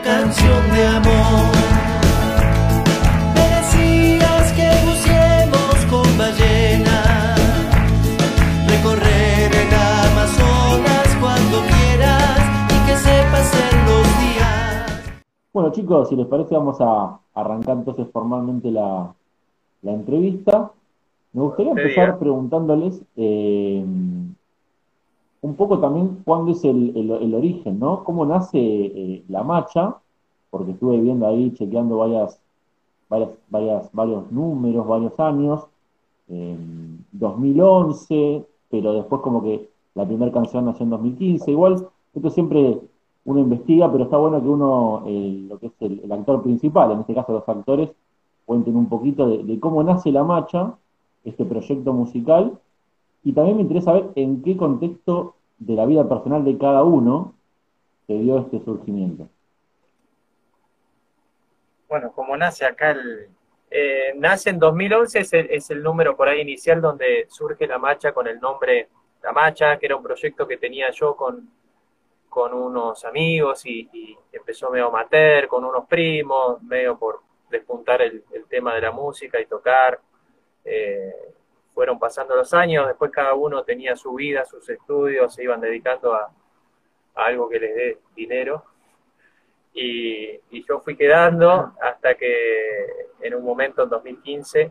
canción de amor. Me decías que buceemos con ballenas, recorrer el Amazonas cuando quieras y que se pasen los días. Bueno, chicos, si les parece, vamos a arrancar entonces formalmente la entrevista. Me gustaría empezar preguntándoles un poco también cuándo es el origen, ¿no? ¿Cómo nace la Macha? Porque estuve viendo ahí, chequeando varios números, varios años. 2011, pero después como que la primera canción nació en 2015. Igual, esto siempre uno investiga, pero está bueno que uno, lo que es el actor principal, en este caso los actores, cuenten un poquito de cómo nace La Macha, este proyecto musical, y también me interesa saber en qué contexto de la vida personal de cada uno se dio este surgimiento. Bueno, como nace acá nace en 2011, es el número por ahí inicial donde surge La Macha con el nombre La Macha, que era un proyecto que tenía yo con unos amigos y empezó medio amateur, con unos primos, medio por despuntar el tema de la música y tocar. Fueron pasando los años, después cada uno tenía su vida, sus estudios, se iban dedicando a algo que les dé dinero. Y yo fui quedando hasta que en un momento, en 2015,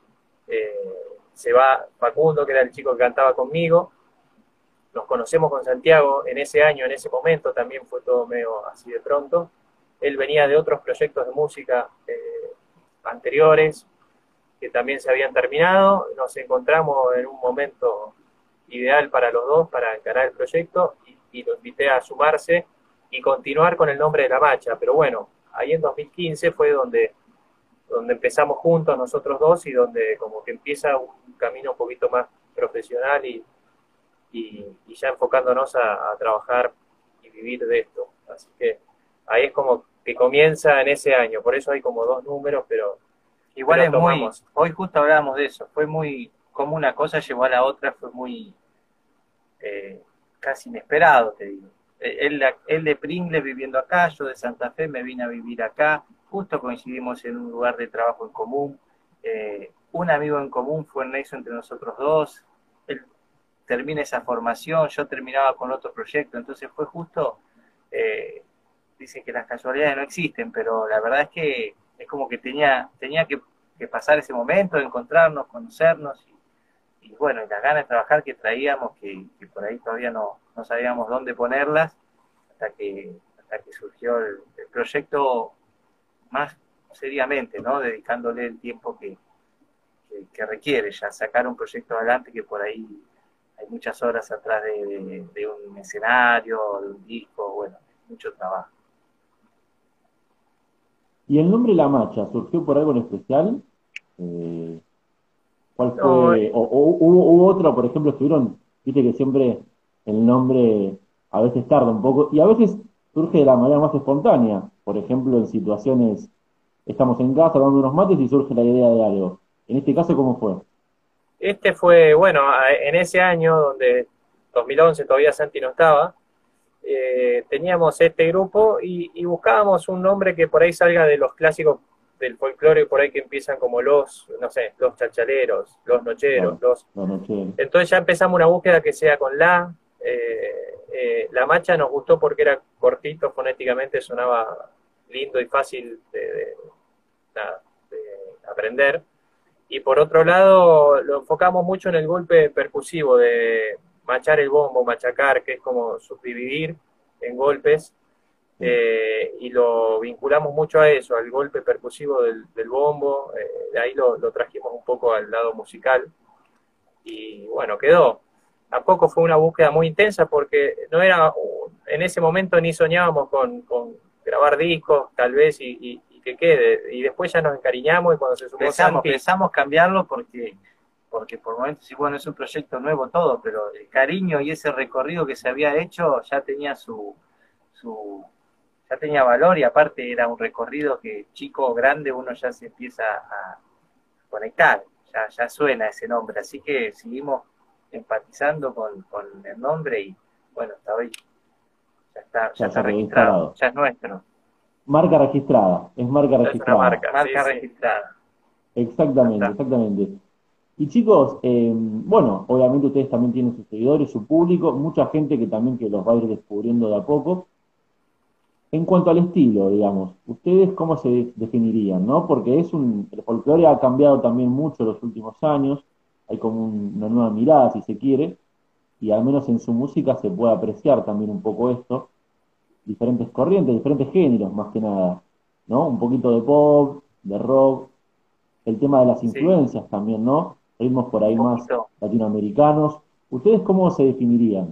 se va Facundo, que era el chico que cantaba conmigo. Nos conocemos con Santiago en ese año, en ese momento, también fue todo medio así de pronto. Él venía de otros proyectos de música anteriores, que también se habían terminado. Nos encontramos en un momento ideal para los dos, para encarar el proyecto, y lo invité a sumarse y continuar con el nombre de La Macha. Pero bueno, ahí en 2015 fue donde empezamos juntos nosotros dos y donde como que empieza un camino un poquito más profesional y ya enfocándonos a trabajar y vivir de esto. Así que ahí es como que comienza en ese año, por eso hay como dos números, pero igual es tomamos. Hoy justo hablábamos de eso, fue muy, como una cosa llevó a la otra, fue muy casi inesperado, te digo. Él de Pringles viviendo acá, yo de Santa Fe me vine a vivir acá, justo coincidimos en un lugar de trabajo en común, un amigo en común fue el nexo entre nosotros dos, él termina esa formación, yo terminaba con otro proyecto, entonces fue justo, dicen que las casualidades no existen, pero la verdad es que es como que tenía que pasar ese momento, de encontrarnos, conocernos, y bueno, y las ganas de trabajar que traíamos, que por ahí todavía no sabíamos dónde ponerlas, hasta que surgió el proyecto más seriamente, ¿no? Dedicándole el tiempo que requiere ya sacar un proyecto adelante, que por ahí hay muchas horas atrás de un escenario, de un disco, bueno, mucho trabajo. ¿Y el nombre La Macha surgió por algo en especial? ¿Cuál fue? O hubo otro, por ejemplo, estuvieron, viste que siempre el nombre a veces tarda un poco y a veces surge de la manera más espontánea. Por ejemplo, en situaciones, estamos en casa dando unos mates y surge la idea de algo. En este caso, ¿cómo fue? Este fue, bueno, en ese año donde 2011 todavía Santi no estaba, teníamos este grupo y buscábamos un nombre que por ahí salga de los clásicos del folclore, por ahí que empiezan como los chachaleros, los nocheros, Entonces ya empezamos una búsqueda que sea con La Macha nos gustó porque era cortito, fonéticamente sonaba lindo y fácil de aprender. Y por otro lado, lo enfocamos mucho en el golpe percusivo, de machar el bombo, machacar, que es como subdividir en golpes, y lo vinculamos mucho a eso, al golpe percusivo del bombo, de ahí lo trajimos un poco al lado musical, y bueno, quedó. Tampoco fue una búsqueda muy intensa porque no era, en ese momento ni soñábamos con grabar discos, tal vez, y que quede, y después ya nos encariñamos y cuando se sumó Santi... Pensamos cambiarlo porque por momentos sí, bueno, es un proyecto nuevo todo, pero el cariño y ese recorrido que se había hecho ya tenía ya tenía valor, y aparte era un recorrido que chico o grande uno ya se empieza a conectar, ya suena ese nombre, así que seguimos empatizando con el nombre y bueno, hasta hoy ya está registrado, ya es nuestro. marca registrada, es marca Es una registrada. marca, sí, Marca sí. registrada. Exactamente, Está. exactamente. Y chicos, bueno, obviamente ustedes también tienen sus seguidores, su público, mucha gente que también que los va a ir descubriendo de a poco. En cuanto al estilo, digamos, ¿ustedes cómo se definirían, no? Porque el folclore ha cambiado también mucho en los últimos años, hay como una nueva mirada, si se quiere, y al menos en su música se puede apreciar también un poco esto, diferentes corrientes, diferentes géneros más que nada, ¿no? Un poquito de pop, de rock, el tema de las Sí, influencias también, ¿no? Ritmos por un ahí más poquito. latinoamericanos. ¿Ustedes cómo se definirían?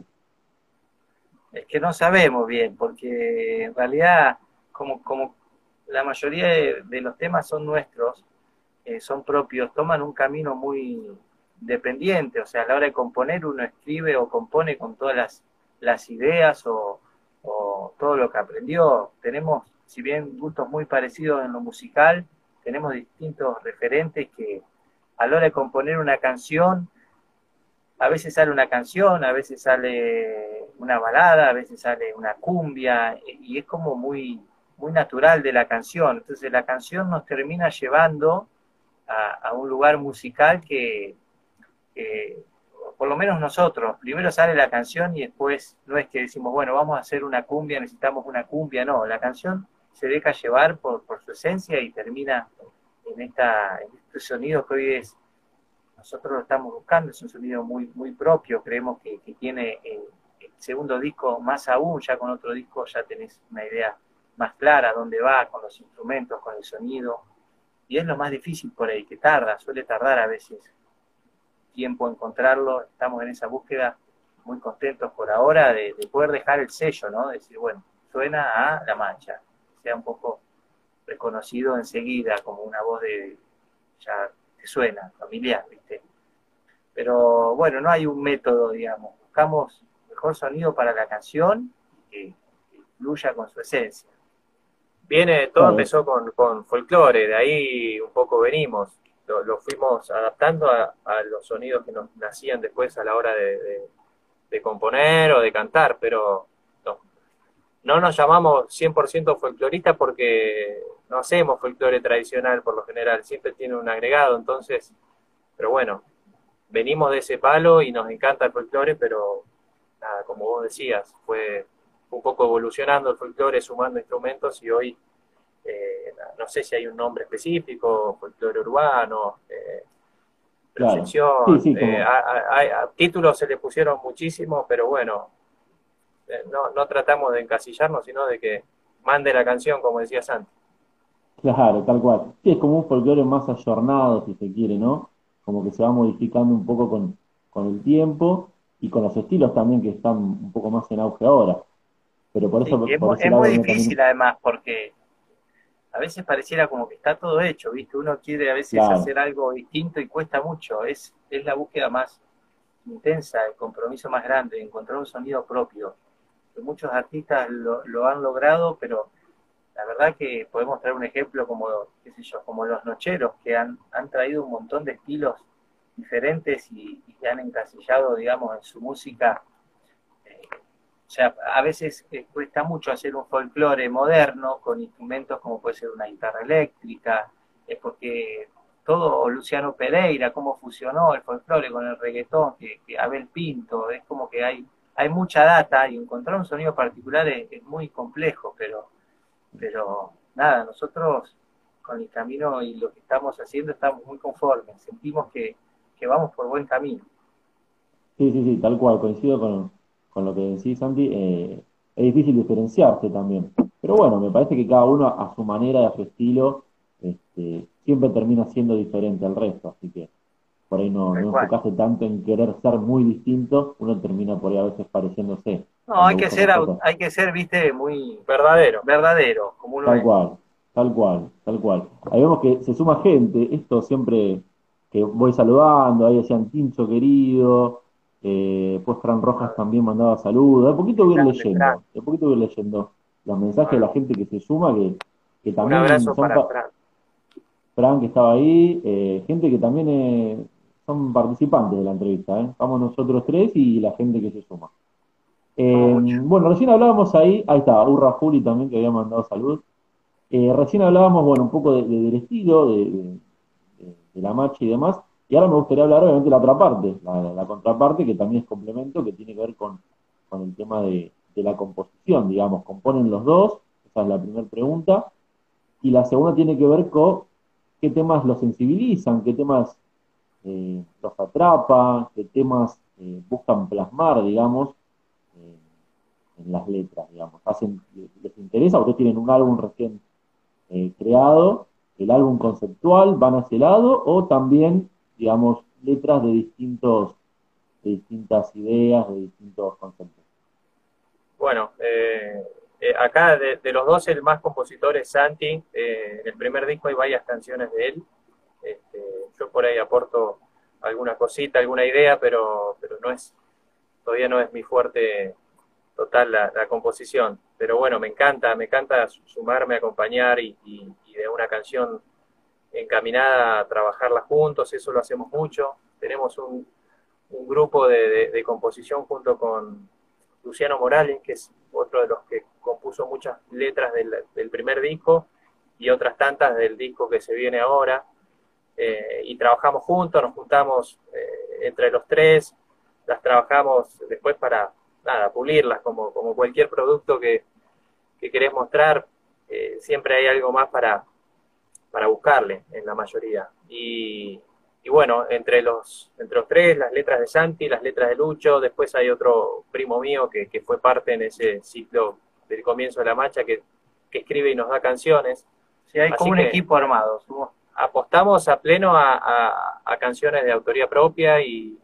Es que no sabemos bien, porque en realidad, como la mayoría de los temas son nuestros, son propios, toman un camino muy dependiente, o sea, a la hora de componer uno escribe o compone con todas las ideas o todo lo que aprendió. Tenemos, si bien gustos muy parecidos en lo musical, tenemos distintos referentes que a la hora de componer una canción, a veces sale una canción, a veces sale una balada, a veces sale una cumbia, y es como muy natural de la canción. Entonces la canción nos termina llevando a un lugar musical que, por lo menos nosotros, primero sale la canción y después no es que decimos, bueno, vamos a hacer una cumbia, necesitamos una cumbia, no, la canción se deja llevar por su esencia y termina en este sonido que hoy nosotros lo estamos buscando, es un sonido muy propio, creemos que tiene el segundo disco más aún, ya con otro disco ya tenés una idea más clara dónde va, con los instrumentos, con el sonido, y es lo más difícil por ahí, que suele tardar a veces tiempo encontrarlo, estamos en esa búsqueda, muy contentos por ahora de poder dejar el sello, ¿no? Decir, bueno, suena a La Mancha, sea un poco reconocido enseguida como una voz ya te suena, familiar, ¿viste? Pero bueno, no hay un método, digamos, buscamos mejor sonido para la canción que fluya con su esencia. Todo Claro, empezó con folclore, de ahí un poco venimos. Lo fuimos adaptando a los sonidos que nos nacían después a la hora de componer o de cantar, pero no, no nos llamamos 100% folcloristas porque no hacemos folclore tradicional por lo general, siempre tiene un agregado, entonces, pero bueno, venimos de ese palo y nos encanta el folclore, pero nada, como vos decías, fue un poco evolucionando el folclore, sumando instrumentos y hoy no sé si hay un nombre específico, folclore urbano, claro. Sí, proyección, sí, como, a títulos se le pusieron muchísimos, pero bueno, no tratamos de encasillarnos, sino de que mande la canción, como decía Santi. claro, tal cual. Sí, es como un folclore más ayornado, si se quiere, ¿no? Como que se va modificando un poco con el tiempo y con los estilos también que están un poco más en auge ahora. Pero por Sí, y eso, por ese es lado muy uno difícil también, además, porque a veces pareciera como que está todo hecho, ¿viste? Uno quiere a veces claro, hacer algo distinto y cuesta mucho. Es la búsqueda más intensa, el compromiso más grande, encontrar un sonido propio. Que muchos artistas lo han logrado, pero la verdad que podemos traer un ejemplo como, qué sé yo, como los Nocheros, que han traído un montón de estilos diferentes y han encasillado, digamos, en su música. O sea, a veces cuesta mucho hacer un folclore moderno con instrumentos como puede ser una guitarra eléctrica, es porque todo, o Luciano Pereira, cómo fusionó el folclore con el reggaetón, que Abel Pinto, es como que hay mucha data y encontrar un sonido particular es muy complejo, pero nada, nosotros con el camino y lo que estamos haciendo estamos muy conformes, sentimos que vamos por buen camino. sí, sí, sí, tal cual, coincido con lo que decís, Santi. Es difícil diferenciarse también. Pero bueno, me parece que cada uno a su manera, a su estilo, siempre termina siendo diferente al resto. Así que por ahí Tal no cual. enfocarse tanto en querer ser muy distinto, uno termina por ahí a veces pareciéndose No, cuando busca esas cosas. hay que ser, viste, muy Verdadero. verdadero, como uno Tal es. cual, tal cual, tal cual. Ahí vemos que se suma gente, esto siempre que voy saludando, ahí decían Tincho querido, pues Fran Rojas también mandaba saludos, Qué grande, Fran. de poquito voy a ir leyendo los mensajes de la Bueno, gente que se suma, que un también abrazo para Fran. Fran que estaba ahí, gente que también son participantes de la entrevista, ¿eh? Vamos nosotros tres y la gente que se suma. Somos muchos. Bueno, recién hablábamos ahí está, Urra Juli también que había mandado saludos. Recién hablábamos, bueno, un poco del estilo, de la marcha y demás, y ahora me gustaría hablar obviamente de la otra parte, la contraparte, que también es complemento, que tiene que ver con el tema de la composición, digamos, componen los dos, esa es la primera pregunta, y la segunda tiene que ver con qué temas los sensibilizan, qué temas los atrapa, qué temas buscan plasmar, digamos, eh, en las letras, digamos. ¿Les interesa? ¿Ustedes tienen un álbum recién creado, el álbum conceptual, van hacia el lado, o también, digamos, letras de distintas ideas, de distintos conceptos? Bueno, acá de los dos el más compositor es Santi. En el primer disco hay varias canciones de él. Este, yo por ahí aporto alguna cosita, alguna idea, pero todavía no es mi fuerte total la composición. Pero bueno, me encanta sumarme, acompañar y de una canción encaminada a trabajarla juntos, eso lo hacemos mucho. Tenemos un grupo de composición junto con Luciano Morales, que es otro de los que compuso muchas letras del primer disco y otras tantas del disco que se viene ahora. Y trabajamos juntos, nos juntamos entre los tres, las trabajamos después para nada, pulirlas, como cualquier producto que querés mostrar, siempre hay algo más para buscarle en la mayoría. Y bueno, entre los tres, las letras de Santi, las letras de Lucho, después hay otro primo mío que fue parte en ese ciclo del comienzo de La Macha, que escribe y nos da canciones. Sí, hay Así como un que equipo armado. apostamos a pleno a canciones de autoría propia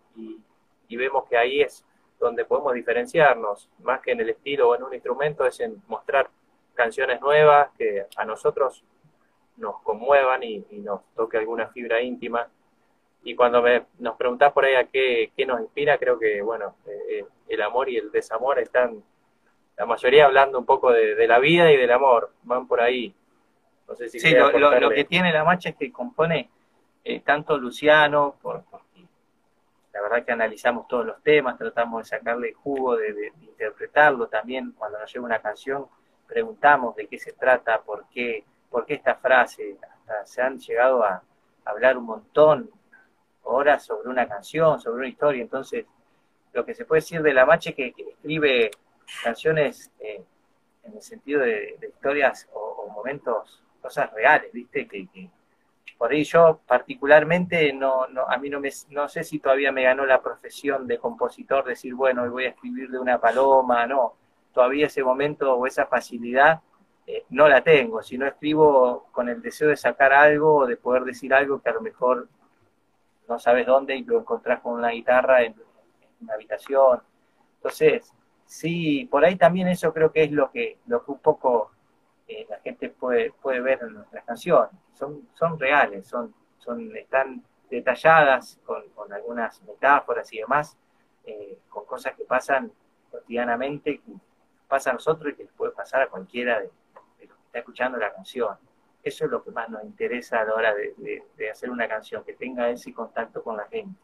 y vemos que ahí es donde podemos diferenciarnos, más que en el estilo o en un instrumento, es en mostrar canciones nuevas que a nosotros nos conmuevan y nos toque alguna fibra íntima. Y cuando nos preguntás por ahí a qué nos inspira, creo que, bueno, el amor y el desamor están, la mayoría hablando un poco de la vida y del amor, van por ahí. No sé si Sí, lo que tiene La Macha es que compone tanto Luciano, porque la verdad que analizamos todos los temas, tratamos de sacarle jugo, de interpretarlo también. Cuando nos llega una canción, preguntamos de qué se trata, por qué esta frase. Hasta se han llegado a hablar un montón horas sobre una canción, sobre una historia. Entonces, lo que se puede decir de La Macha es que escribe canciones en el sentido de historias o momentos, cosas reales, ¿viste? Que por ahí yo particularmente a mí no sé si todavía me ganó la profesión de compositor, decir, bueno, hoy voy a escribir de una paloma, no, todavía ese momento o esa facilidad no la tengo, si no escribo con el deseo de sacar algo o de poder decir algo que a lo mejor no sabes dónde y lo encontrás con una guitarra en una habitación. Entonces, sí, por ahí también eso creo que es lo que un poco la gente puede ver en nuestras canciones. Son reales, están detalladas con algunas metáforas y demás, con cosas que pasan cotidianamente, que pasa a nosotros y que les puede pasar a cualquiera de los que está escuchando la canción. Eso es lo que más nos interesa a la hora de hacer una canción, que tenga ese contacto con la gente.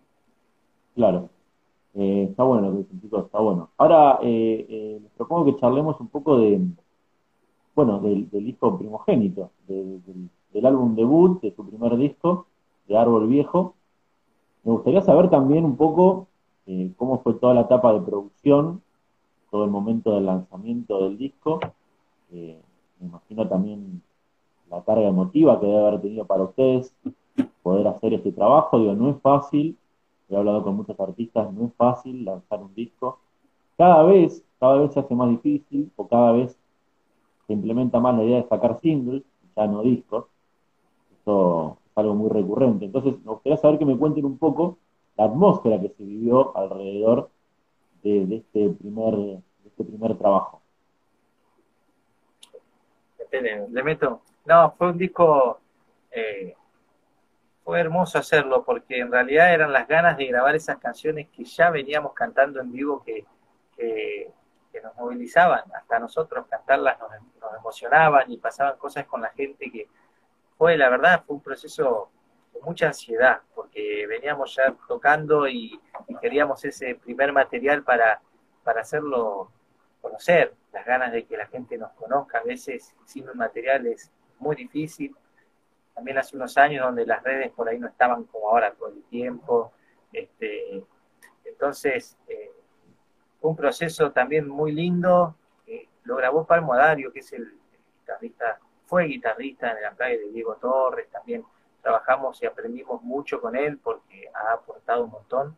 Claro. Está bueno lo que dicen, chicos, está bueno. Ahora, les propongo que charlemos un poco bueno, del disco primogénito, del álbum debut, de su primer disco, de Árbol Viejo. Me gustaría saber también un poco cómo fue toda la etapa de producción, todo el momento del lanzamiento del disco. Me imagino también la carga emotiva que debe haber tenido para ustedes poder hacer este trabajo. Digo, no es fácil, he hablado con muchos artistas, no es fácil lanzar un disco. Cada vez se hace más difícil, o cada vez se implementa más la idea de sacar singles, ya no discos. Esto es algo muy recurrente. Entonces, me gustaría saber que me cuenten un poco la atmósfera que se vivió alrededor de este primer trabajo. Le meto. No, fue un disco, fue hermoso hacerlo, porque en realidad eran las ganas de grabar esas canciones que ya veníamos cantando en vivo, que nos movilizaban. Hasta nosotros cantarlas nos emocionaban y pasaban cosas con la gente que la verdad, fue un proceso con mucha ansiedad, porque veníamos ya tocando y queríamos ese primer material para hacerlo conocer. las ganas de que la gente nos conozca. A veces sin un material es muy difícil. También hace unos años donde las redes por ahí no estaban como ahora todo el tiempo. Entonces, fue un proceso también muy lindo. Lo grabó Palmo Dario, que es el guitarrista, fue guitarrista en la playa de Diego Torres. También trabajamos y aprendimos mucho con él porque ha aportado un montón.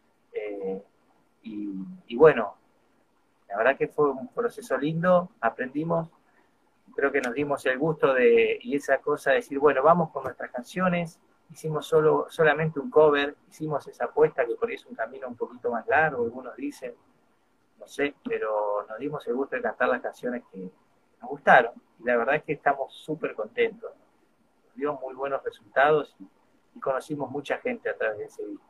Y bueno, la verdad que fue un proceso lindo, aprendimos, creo que nos dimos el gusto y esa cosa de decir, bueno, vamos con nuestras canciones, hicimos solamente un cover, hicimos esa apuesta que por ahí es un camino un poquito más largo, algunos dicen, no sé, pero nos dimos el gusto de cantar las canciones que nos gustaron, y la verdad es que estamos súper contentos, nos dio muy buenos resultados y conocimos mucha gente a través de ese disco.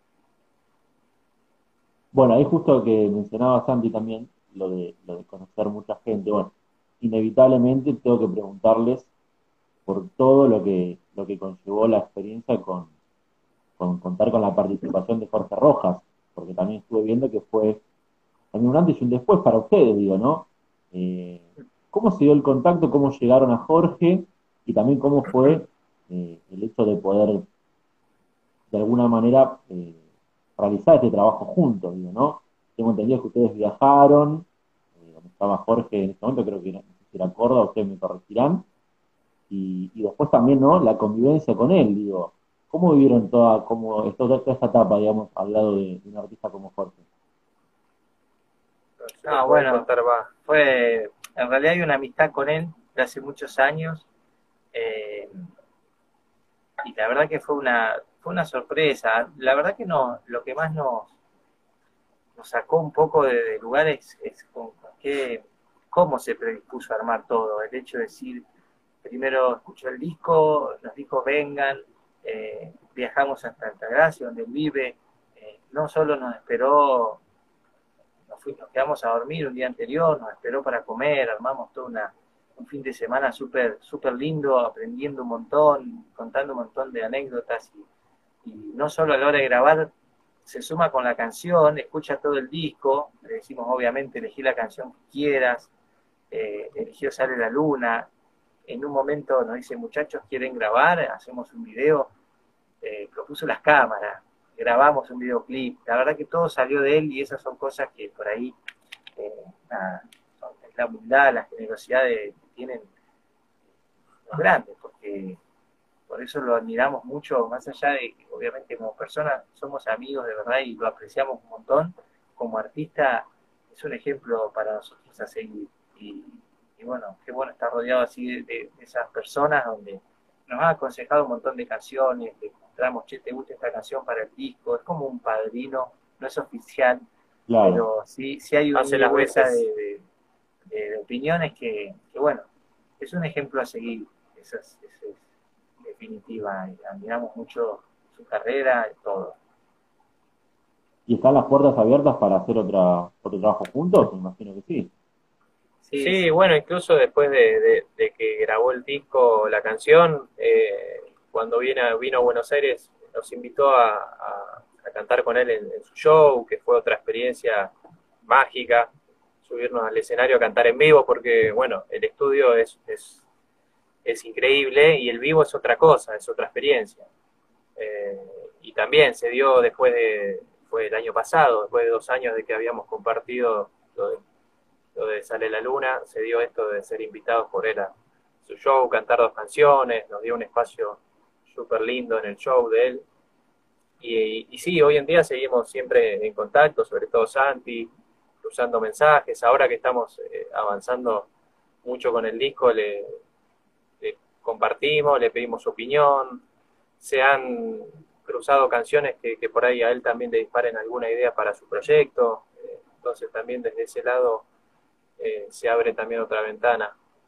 Bueno, ahí justo que mencionaba Santi también, lo de conocer mucha gente, bueno, inevitablemente tengo que preguntarles por todo lo que conllevó la experiencia con contar con la participación de Jorge Rojas, porque también estuve viendo que fue también un antes y un después para ustedes, digo, ¿no? ¿Cómo se dio el contacto? ¿Cómo llegaron a Jorge? Y también cómo fue el hecho de poder, de alguna manera, realizar este trabajo juntos, digo, ¿no? Tengo entendido que ustedes viajaron, donde estaba Jorge en este momento, creo que no sé si era Córdoba, ustedes me corregirán, y después también, ¿no? La convivencia con él, digo, ¿cómo vivieron toda esta etapa, digamos, al lado de un artista como Jorge? Bueno, en realidad hay una amistad con él de hace muchos años, y la verdad que fue una sorpresa. La verdad que lo que más nos sacó un poco de lugares es cómo se predispuso a armar todo. El hecho de decir, primero escuchó el disco, nos dijo vengan, viajamos hasta Altagracia, donde él vive, no solo nos esperó, nos quedamos a dormir un día anterior, nos esperó para comer, armamos todo un fin de semana súper súper lindo, aprendiendo un montón, contando un montón de anécdotas, y no solo a la hora de grabar, se suma con la canción, escucha todo el disco, le decimos obviamente elegí la canción que quieras, eligió Sale la Luna, en un momento nos dice muchachos quieren grabar, hacemos un video, propuso las cámaras, grabamos un videoclip, la verdad que todo salió de él y esas son cosas que por ahí, es la humildad, la generosidad que tienen los grandes, porque por eso lo admiramos mucho, más allá de que obviamente como persona somos amigos de verdad y lo apreciamos un montón, como artista es un ejemplo para nosotros a seguir, y bueno, qué bueno estar rodeado así de esas personas donde nos han aconsejado un montón de canciones, le mostramos, che, ¿te gusta esta canción para el disco? Es como un padrino, no es oficial, Claro. pero sí hay Hace una las vuelta veces. de opiniones que bueno, es un ejemplo a seguir, esa es definitiva, y admiramos mucho su carrera y todo. ¿Y están las puertas abiertas para hacer otro trabajo juntos? Me imagino que sí. Sí, bueno, incluso después de que grabó el disco, la canción, cuando vino a Buenos Aires, nos invitó a cantar con él en su show, que fue otra experiencia mágica, subirnos al escenario a cantar en vivo, porque, bueno, el estudio es increíble y el vivo es otra cosa, es otra experiencia. Y también se dio fue el año pasado, después de 2 años de que habíamos compartido lo de Sale la Luna, se dio esto de ser invitados por él a su show, cantar 2 canciones, nos dio un espacio súper lindo en el show de él. Y sí, hoy en día seguimos siempre en contacto, sobre todo Santi, cruzando mensajes. Ahora que estamos avanzando mucho con el disco, le compartimos, le pedimos su opinión, se han cruzado canciones que por ahí a él también le disparen alguna idea para su proyecto, entonces también desde ese lado se abre también otra ventana.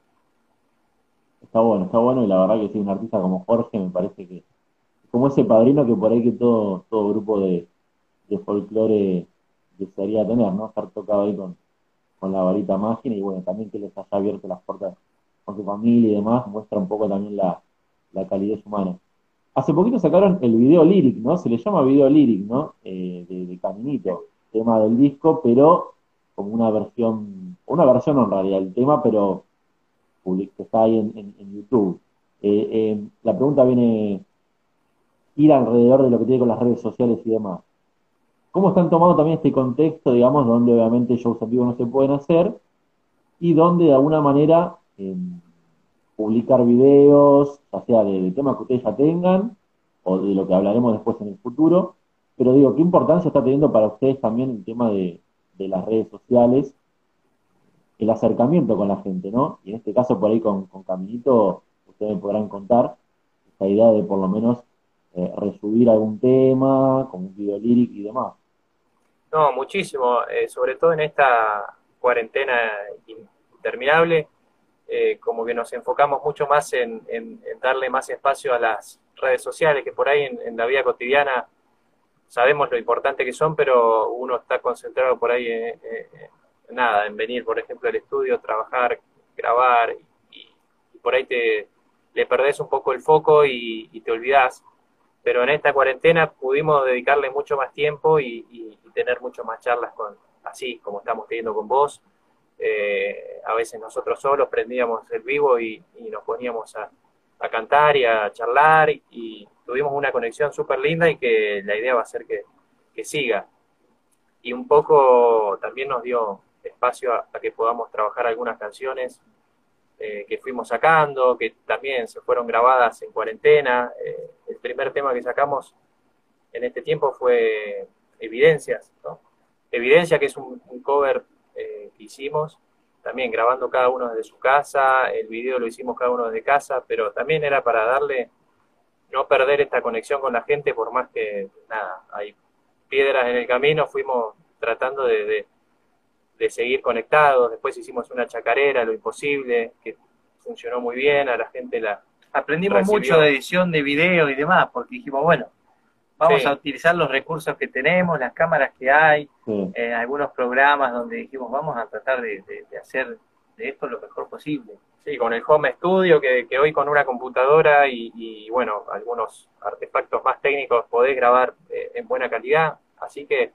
Está bueno, y la verdad que sí, un artista como Jorge me parece que, como ese padrino que por ahí que todo grupo de folclore desearía tener, ¿no? Estar tocado ahí con la varita mágica, y bueno, también que les haya abierto las puertas con su familia y demás, muestra un poco también la calidez humana. Hace poquito sacaron el video lyric, ¿no? Se le llama video lyric, ¿no? De Caminito, tema del disco, pero como una versión en realidad del tema, pero que está ahí en YouTube. La pregunta viene ir alrededor de lo que tiene con las redes sociales y demás. ¿Cómo están tomando también este contexto, digamos, donde obviamente shows en vivo no se pueden hacer y donde de alguna manera publicar videos, ya sea de temas que ustedes ya tengan o de lo que hablaremos después en el futuro? Pero digo, ¿qué importancia está teniendo para ustedes también el tema de las redes sociales, el acercamiento con la gente, ¿no? Y en este caso por ahí con Caminito, ustedes me podrán contar esta idea de por lo menos resubir algún tema, con un video lírico y demás. No, muchísimo, sobre todo en esta cuarentena interminable, como que nos enfocamos mucho más en darle más espacio a las redes sociales, que por ahí en la vida cotidiana sabemos lo importante que son, pero uno está concentrado por ahí en nada, en venir, por ejemplo, al estudio, trabajar, grabar, y por ahí le perdés un poco el foco y te olvidás. Pero en esta cuarentena pudimos dedicarle mucho más tiempo y tener mucho más charlas así como estamos teniendo con vos. A veces nosotros solos prendíamos el vivo y nos poníamos a cantar y a charlar, y tuvimos una conexión súper linda, y que la idea va a ser que siga. Y un poco también nos dio espacio a que podamos trabajar algunas canciones que fuimos sacando, que también se fueron grabadas en cuarentena. El primer tema que sacamos en este tiempo fue Evidencias, ¿no? Evidencia, que es un cover que hicimos, también grabando cada uno desde su casa. El video lo hicimos cada uno desde casa, pero también era para no perder esta conexión con la gente, por más que, nada, hay piedras en el camino, fuimos tratando de seguir conectados. Después hicimos una chacarera, Lo Imposible, que funcionó muy bien, a la gente Aprendimos recibió mucho de edición de video y demás, porque dijimos, bueno, vamos Sí. a utilizar los recursos que tenemos, las cámaras que hay, Sí. algunos programas donde dijimos, vamos a tratar de hacer de esto lo mejor posible. Sí, con el home studio, que hoy con una computadora y bueno, algunos artefactos más técnicos podés grabar en buena calidad. Así que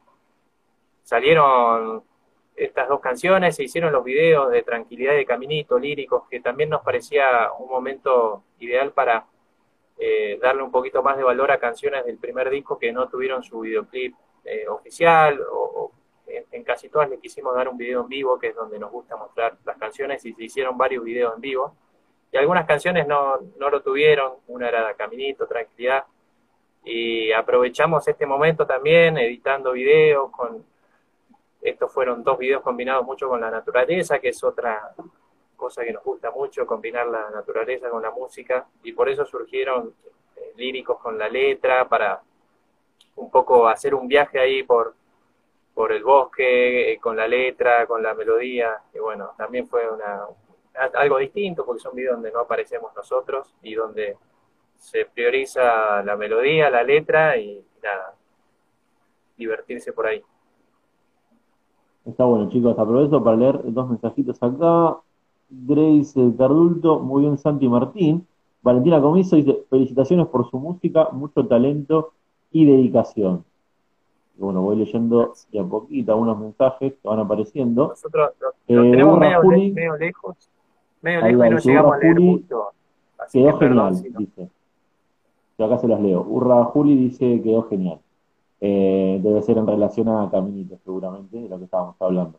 salieron estas dos canciones, se hicieron los videos de Tranquilidad y de Caminito, líricos, que también nos parecía un momento ideal para darle un poquito más de valor a canciones del primer disco que no tuvieron su videoclip oficial, o en casi todas le quisimos dar un video en vivo, que es donde nos gusta mostrar las canciones, y se hicieron varios videos en vivo. Y algunas canciones no lo tuvieron, una era Caminito, Tranquilidad, y aprovechamos este momento también editando videos. Estos fueron 2 videos combinados mucho con la naturaleza, que es otra cosa que nos gusta mucho, combinar la naturaleza con la música, y por eso surgieron líricos con la letra, para un poco hacer un viaje ahí por el bosque, con la letra, con la melodía. Y bueno, también fue algo distinto, porque son videos donde no aparecemos nosotros y donde se prioriza la melodía, la letra y nada, divertirse por ahí. Está bueno, chicos. Aprovecho para leer 2 mensajitos acá. Grace Cardulto, muy bien, Santi Martín. Valentina Comiso dice, felicitaciones por su música, mucho talento y dedicación. Y bueno, voy leyendo de a poquito algunos mensajes que van apareciendo. Nosotros lo tenemos Urra Juli, medio lejos ahí y no dice, llegamos Urra a leer Juli, mucho. Así quedó que perdón genial, si no. dice. Yo acá se los leo. Urra Juli dice, quedó genial. Debe ser en relación a Caminito, seguramente, de lo que estábamos hablando.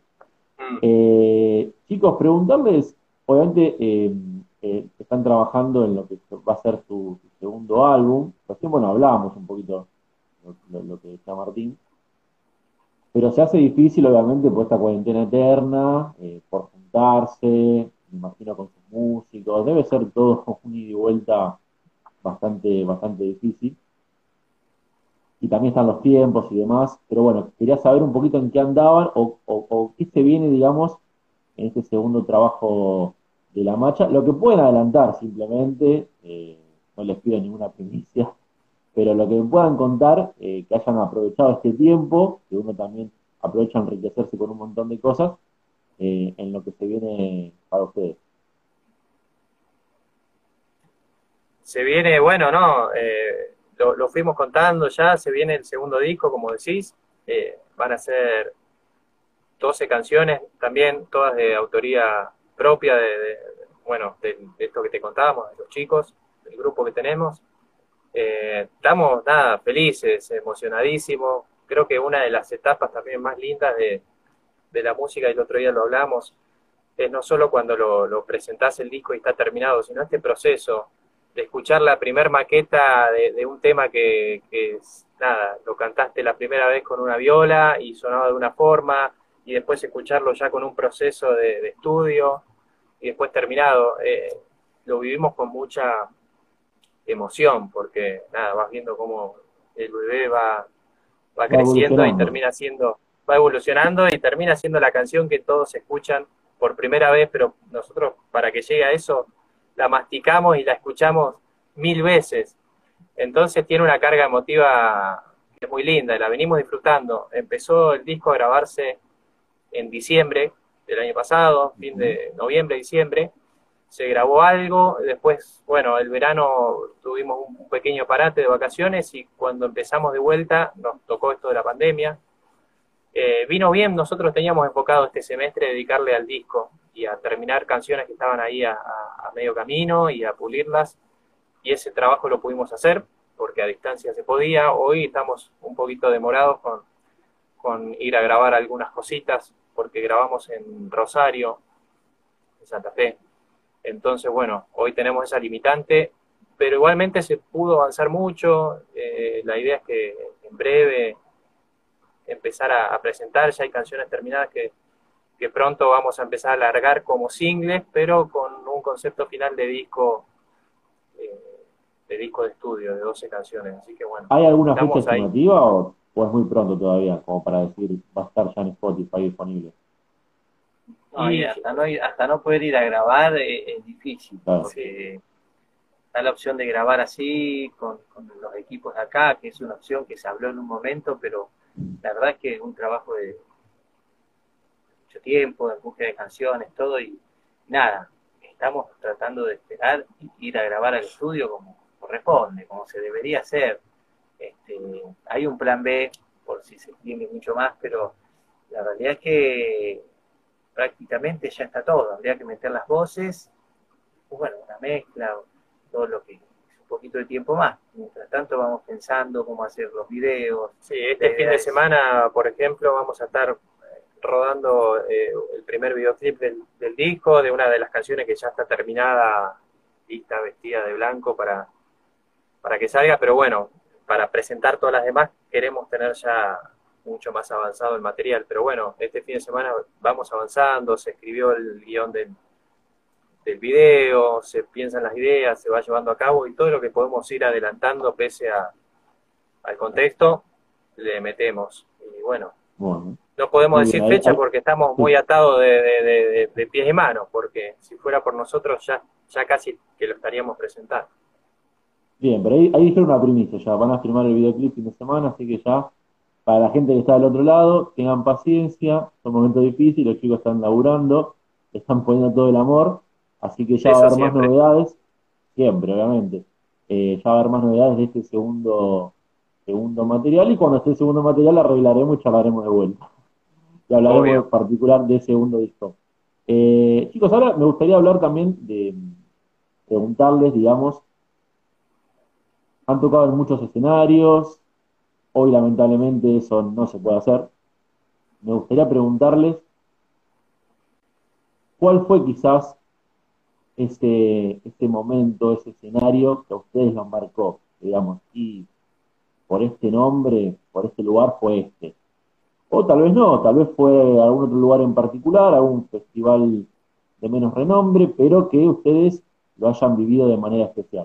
Chicos, preguntarles, obviamente están trabajando en lo que va a ser su segundo álbum. Recién, bueno, hablábamos un poquito lo que decía Martín, pero se hace difícil, obviamente, por esta cuarentena eterna, por juntarse, me imagino con sus músicos, debe ser todo un ida y vuelta bastante difícil. Y también están los tiempos y demás, pero bueno, quería saber un poquito en qué andaban o qué se viene, digamos, en este segundo trabajo de La Macha. Lo que pueden adelantar simplemente, no les pido ninguna primicia, pero lo que me puedan contar, que hayan aprovechado este tiempo, que uno también aprovecha a enriquecerse con un montón de cosas, en lo que se viene para ustedes. Se viene, bueno, ¿no? Lo fuimos contando ya, se viene el segundo disco, como decís. Van a ser 12 canciones, también todas de autoría propia bueno, de esto que te contábamos, de los chicos, del grupo que tenemos. Estamos, nada, felices, emocionadísimos. Creo que una de las etapas también más lindas de la música, y el otro día lo hablamos, es no solo cuando lo presentás el disco y está terminado, sino este proceso de escuchar la primer maqueta de un tema que nada, lo cantaste la primera vez con una viola y sonaba de una forma, y después escucharlo ya con un proceso de estudio, y después terminado. Lo vivimos con mucha emoción, porque nada, vas viendo cómo el bebé va creciendo y termina siendo, va evolucionando y termina siendo la canción que todos escuchan por primera vez, pero nosotros, para que llegue a eso, la masticamos y la escuchamos 1000 veces. Entonces tiene una carga emotiva que es muy linda y la venimos disfrutando. Empezó el disco a grabarse en diciembre del año pasado, fin de noviembre, diciembre. Se grabó algo, después, bueno, el verano tuvimos un pequeño parate de vacaciones, y cuando empezamos de vuelta nos tocó esto de la pandemia. Vino bien, nosotros teníamos enfocado este semestre dedicarle al disco y a terminar canciones que estaban ahí a medio camino y a pulirlas, y ese trabajo lo pudimos hacer porque a distancia se podía. Hoy estamos un poquito demorados con ir a grabar algunas cositas, porque grabamos en Rosario, en Santa Fe. Entonces, bueno, hoy tenemos esa limitante, pero igualmente se pudo avanzar mucho. La idea es que en breve empezar a presentar, ya hay canciones terminadas que pronto vamos a empezar a largar como singles, pero con un concepto final de disco de estudio, de 12 canciones. Así que bueno, ¿Hay alguna fecha estamos ahí. estimativa o es muy pronto todavía, como para decir va a estar ya en Spotify disponible? No, y hasta no poder ir a grabar es difícil, Claro. porque está la opción de grabar así, con los equipos de acá, que es una opción que se habló en un momento, pero la verdad es que es un trabajo de mucho tiempo, de búsqueda de canciones, todo, y nada, estamos tratando de esperar y ir a grabar al estudio como corresponde, como se debería hacer. Hay un plan B, por si se extiende mucho más, pero la realidad es que prácticamente ya está todo. Habría que meter las voces, pues bueno, una mezcla, todo lo que es un poquito de tiempo más. Mientras tanto vamos pensando cómo hacer los videos. Sí, este fin de semana, por ejemplo, vamos a estar rodando el primer videoclip del disco, de una de las canciones que ya está terminada, lista, vestida de blanco para que salga, pero bueno, para presentar todas las demás queremos tener ya mucho más avanzado el material, pero bueno, este fin de semana vamos avanzando, se escribió el guión del video, se piensan las ideas, se va llevando a cabo, y todo lo que podemos ir adelantando pese al contexto, le metemos. Y bueno, no podemos decir fecha porque estamos muy atados de pies y manos, porque si fuera por nosotros ya casi que lo estaríamos presentando. Bien, pero ahí dijeron una primicia, ya van a firmar el videoclip fin de semana, así que ya, para la gente que está del otro lado, tengan paciencia, son momentos difíciles, los chicos están laburando, están poniendo todo el amor, así que ya va a haber más novedades, siempre, obviamente, ya va a haber más novedades de este segundo material, y cuando esté el segundo material arreglaremos y charlaremos de vuelta. Y hablaremos en particular del segundo disco. Chicos, ahora me gustaría hablar también de preguntarles, digamos, han tocado en muchos escenarios, hoy lamentablemente eso no se puede hacer. Me gustaría preguntarles cuál fue quizás ese momento, ese escenario que a ustedes los marcó, digamos, y por este nombre, por este lugar fue este. O tal vez no, tal vez fue algún otro lugar en particular, algún festival de menos renombre, pero que ustedes lo hayan vivido de manera especial.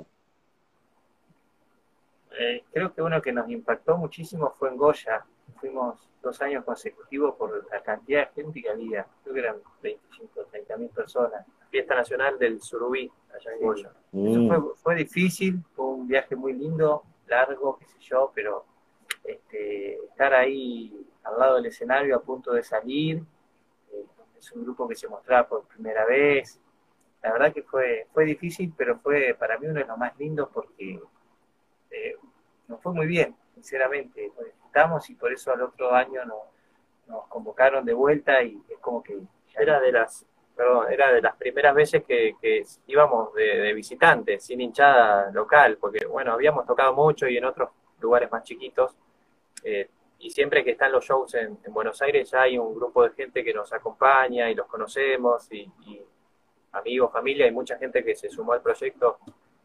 Creo que uno que nos impactó muchísimo fue en Goya. Fuimos 2 años consecutivos por la cantidad de gente que había. Creo que eran 25 o 30 mil personas. Fiesta Nacional del Surubí, allá en Goya. Eso fue difícil, fue un viaje muy lindo, largo, qué sé yo, pero estar ahí al lado del escenario a punto de salir, es un grupo que se mostraba por primera vez. La verdad que fue difícil, pero fue para mí uno de los más lindos porque nos fue muy bien, sinceramente, lo disfrutamos, y por eso al otro año nos convocaron de vuelta y es como que ya Era de las, perdón, era de las primeras veces que íbamos de visitantes, sin hinchada local, porque bueno, habíamos tocado mucho y en otros lugares más chiquitos, y siempre que están los shows en Buenos Aires ya hay un grupo de gente que nos acompaña y los conocemos, y amigos, familia, y mucha gente que se sumó al proyecto.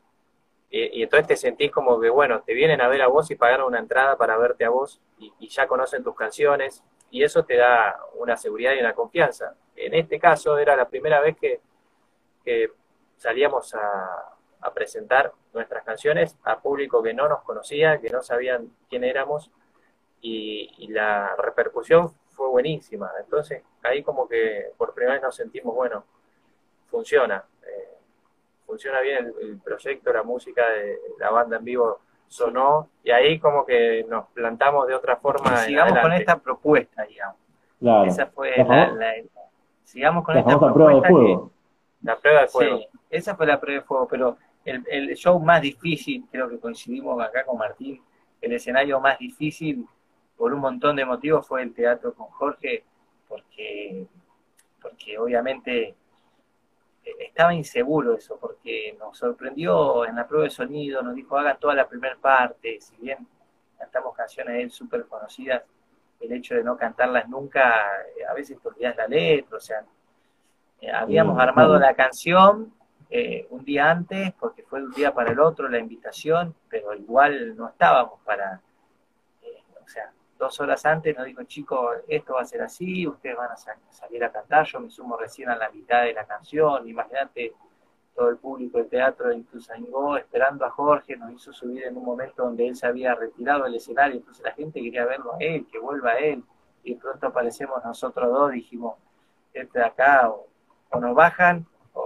Y entonces te sentís como que, bueno, te vienen a ver a vos y pagaron una entrada para verte a vos y ya conocen tus canciones y eso te da una seguridad y una confianza. En este caso era la primera vez que salíamos a presentar nuestras canciones a público que no nos conocía, que no sabían quién éramos y la repercusión fue buenísima. Entonces ahí como que por primera vez nos sentimos, bueno, funciona. Funciona bien el proyecto, la música de la banda en vivo sonó, y ahí como que nos plantamos de otra forma. Sigamos con adelante. esta propuesta, digamos. Claro. Esa fue La sigamos con la esta famosa prueba de propuesta fuego. La prueba de fuego. sí, esa fue la prueba de fuego, pero el show más difícil, creo que coincidimos acá con Martín, el escenario más difícil por un montón de motivos fue el teatro con Jorge, porque obviamente estaba inseguro eso, porque nos sorprendió en la prueba de sonido, nos dijo hagan toda la primera parte, si bien cantamos canciones de él súper conocidas, el hecho de no cantarlas nunca, a veces te olvidas la letra, o sea, habíamos armado la canción un día antes, porque fue de un día para el otro la invitación, pero igual no estábamos para, o sea, 2 horas antes nos dijo, chicos, esto va a ser así, ustedes van a salir a cantar, yo me sumo recién a la mitad de la canción, imagínate todo el público del teatro de Ituzaingó esperando a Jorge, nos hizo subir en un momento donde él se había retirado del escenario, entonces la gente quería verlo a él, que vuelva a él, y de pronto aparecemos nosotros dos, dijimos, este de acá, o nos bajan,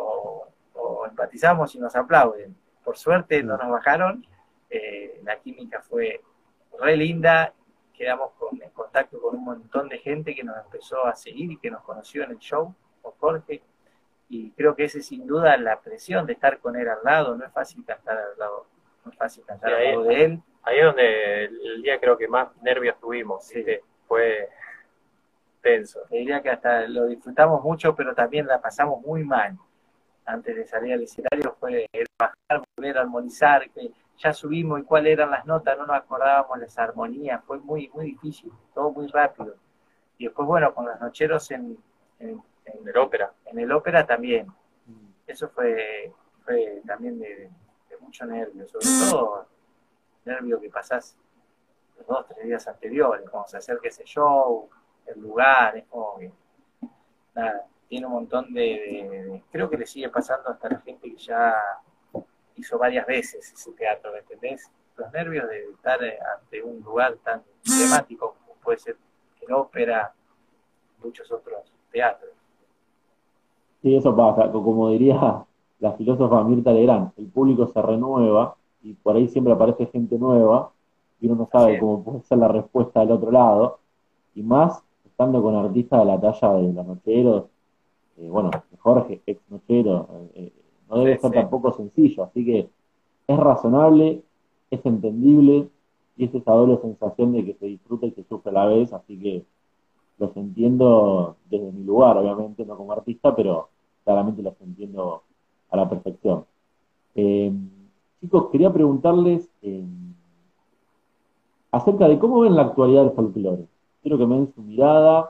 o empatizamos y nos aplauden. Por suerte no nos bajaron, la química fue re linda, quedamos en contacto con un montón de gente que nos empezó a seguir y que nos conoció en el show con Jorge, y creo que ese es sin duda la presión de estar con él al lado, no es fácil cantar al lado, no es fácil cantar al lado de él. Ahí es donde el día creo que más nervios tuvimos, Sí. Fue tenso. Te diría que hasta lo disfrutamos mucho, pero también la pasamos muy mal. Antes de salir al escenario fue el bajar, volver a armonizar, que ya subimos y cuáles eran las notas, no nos acordábamos las armonías, fue muy, muy difícil, todo muy rápido. Y después, bueno, con los nocheros en el ópera. En el ópera también. Eso fue también de mucho nervio, sobre todo nervio que pasás los 2-3 días anteriores, como se acerca ese show, el lugar, es como que nada, tiene un montón creo que le sigue pasando hasta la gente que ya hizo varias veces ese teatro, ¿me entendés? Los nervios de estar ante un lugar tan temático como puede ser el ópera, muchos otros teatros. Sí, eso pasa. Como diría la filósofa Mirta Legrand, el público se renueva y por ahí siempre aparece gente nueva y uno no sabe cómo puede ser la respuesta del otro lado. Y más estando con artistas de la talla de los Nocheros, bueno, Jorge, ex Nochero, no debe ser tampoco sencillo. Así que es razonable, es entendible y es esa doble sensación de que se disfruta y se sufre a la vez. Así que los entiendo desde mi lugar, obviamente, no como artista, pero claramente los entiendo a la perfección. Chicos, quería preguntarles acerca de cómo ven la actualidad del folclore. Quiero que me den su mirada,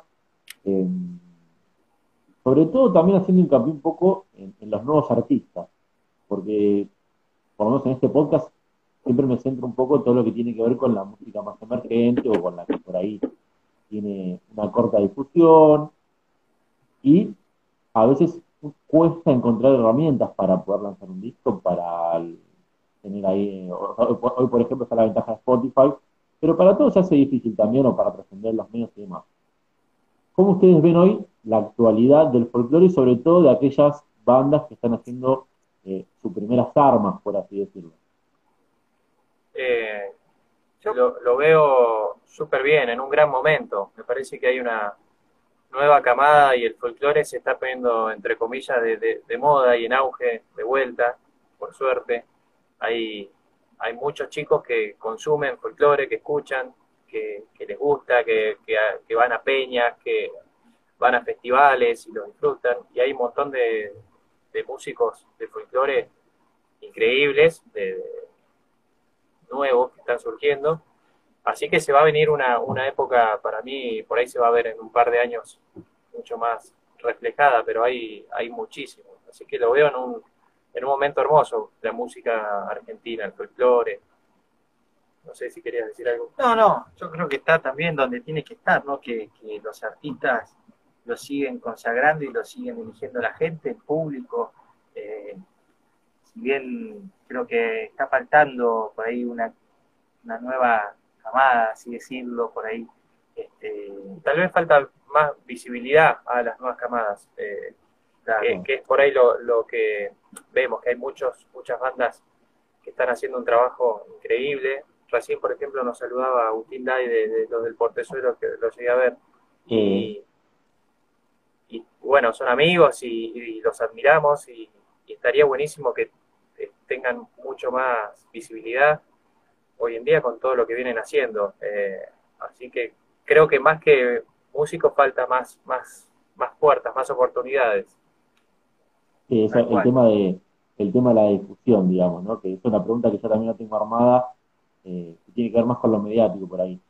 sobre todo también haciendo hincapié un poco en los nuevos artistas, porque por lo menos en este podcast siempre me centro un poco en todo lo que tiene que ver con la música más emergente o con la que por ahí tiene una corta difusión y a veces cuesta encontrar herramientas para poder lanzar un disco, para tener ahí, hoy por ejemplo está la ventaja de Spotify, pero para todos se hace difícil también, o para trascender los medios y demás. ¿Cómo ustedes ven hoy la actualidad del folclore y sobre todo de aquellas bandas que están haciendo sus primeras armas, por así decirlo? Yo lo veo súper bien, en un gran momento. Me parece que hay una nueva camada y el folclore se está poniendo, entre comillas, de moda y en auge, de vuelta, por suerte. Hay muchos chicos que consumen folclore, que escuchan, que les gusta, que van a peñas, que van a festivales y lo disfrutan, y hay un montón de músicos de folclore increíbles, nuevos que están surgiendo, así que se va a venir una época, para mí, por ahí se va a ver en un par de años mucho más reflejada, pero hay muchísimo, así que lo veo en un momento hermoso, la música argentina, el folclore. No sé si querías decir algo. No, yo creo que está también donde tiene que estar, ¿no? Que los artistas lo siguen consagrando y lo siguen eligiendo la gente, el público. Si bien creo que está faltando por ahí una nueva camada, así decirlo, por ahí. Tal vez falta más visibilidad a las nuevas camadas, Claro. que es por ahí lo que vemos, que hay muchas bandas que están haciendo un trabajo increíble. Recién, por ejemplo, nos saludaba Agustín Day de los del Portezuelo, que lo llegué a ver. Y bueno, son amigos y los admiramos y estaría buenísimo que tengan mucho más visibilidad hoy en día con todo lo que vienen haciendo. Así que creo que más que músicos falta más puertas, más oportunidades. Sí, eso, el tema de la difusión, digamos, ¿no? Que es una pregunta que yo también la tengo armada, que tiene que ver más con lo mediático por ahí.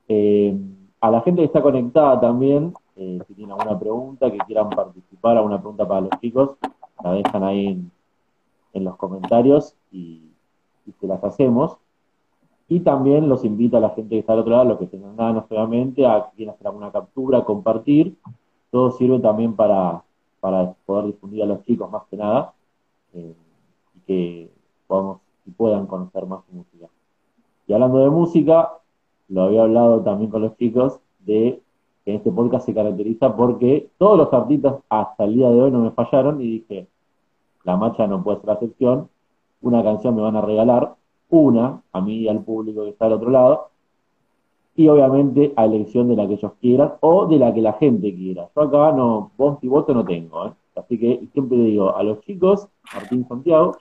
A la gente que está conectada también, si tienen alguna pregunta, que quieran participar, alguna pregunta para los chicos, la dejan ahí en los comentarios y se las hacemos. Y también los invito a la gente que está al otro lado, los que tengan ganas, obviamente, a que quieran hacer alguna captura, compartir. Todo sirve también para poder difundir a los chicos más que nada, y que podamos y puedan conocer más su música. Y hablando de música, lo había hablado también con los chicos, de que este podcast se caracteriza porque todos los artistas hasta el día de hoy no me fallaron, y dije, La Macha no puede ser la excepción, una canción me van a regalar, una, a mí y al público que está al otro lado, y obviamente a elección de la que ellos quieran, o de la que la gente quiera. Yo acá no, voz y voto no tengo, ¿eh? Así que siempre le digo a los chicos, Martín, Santiago,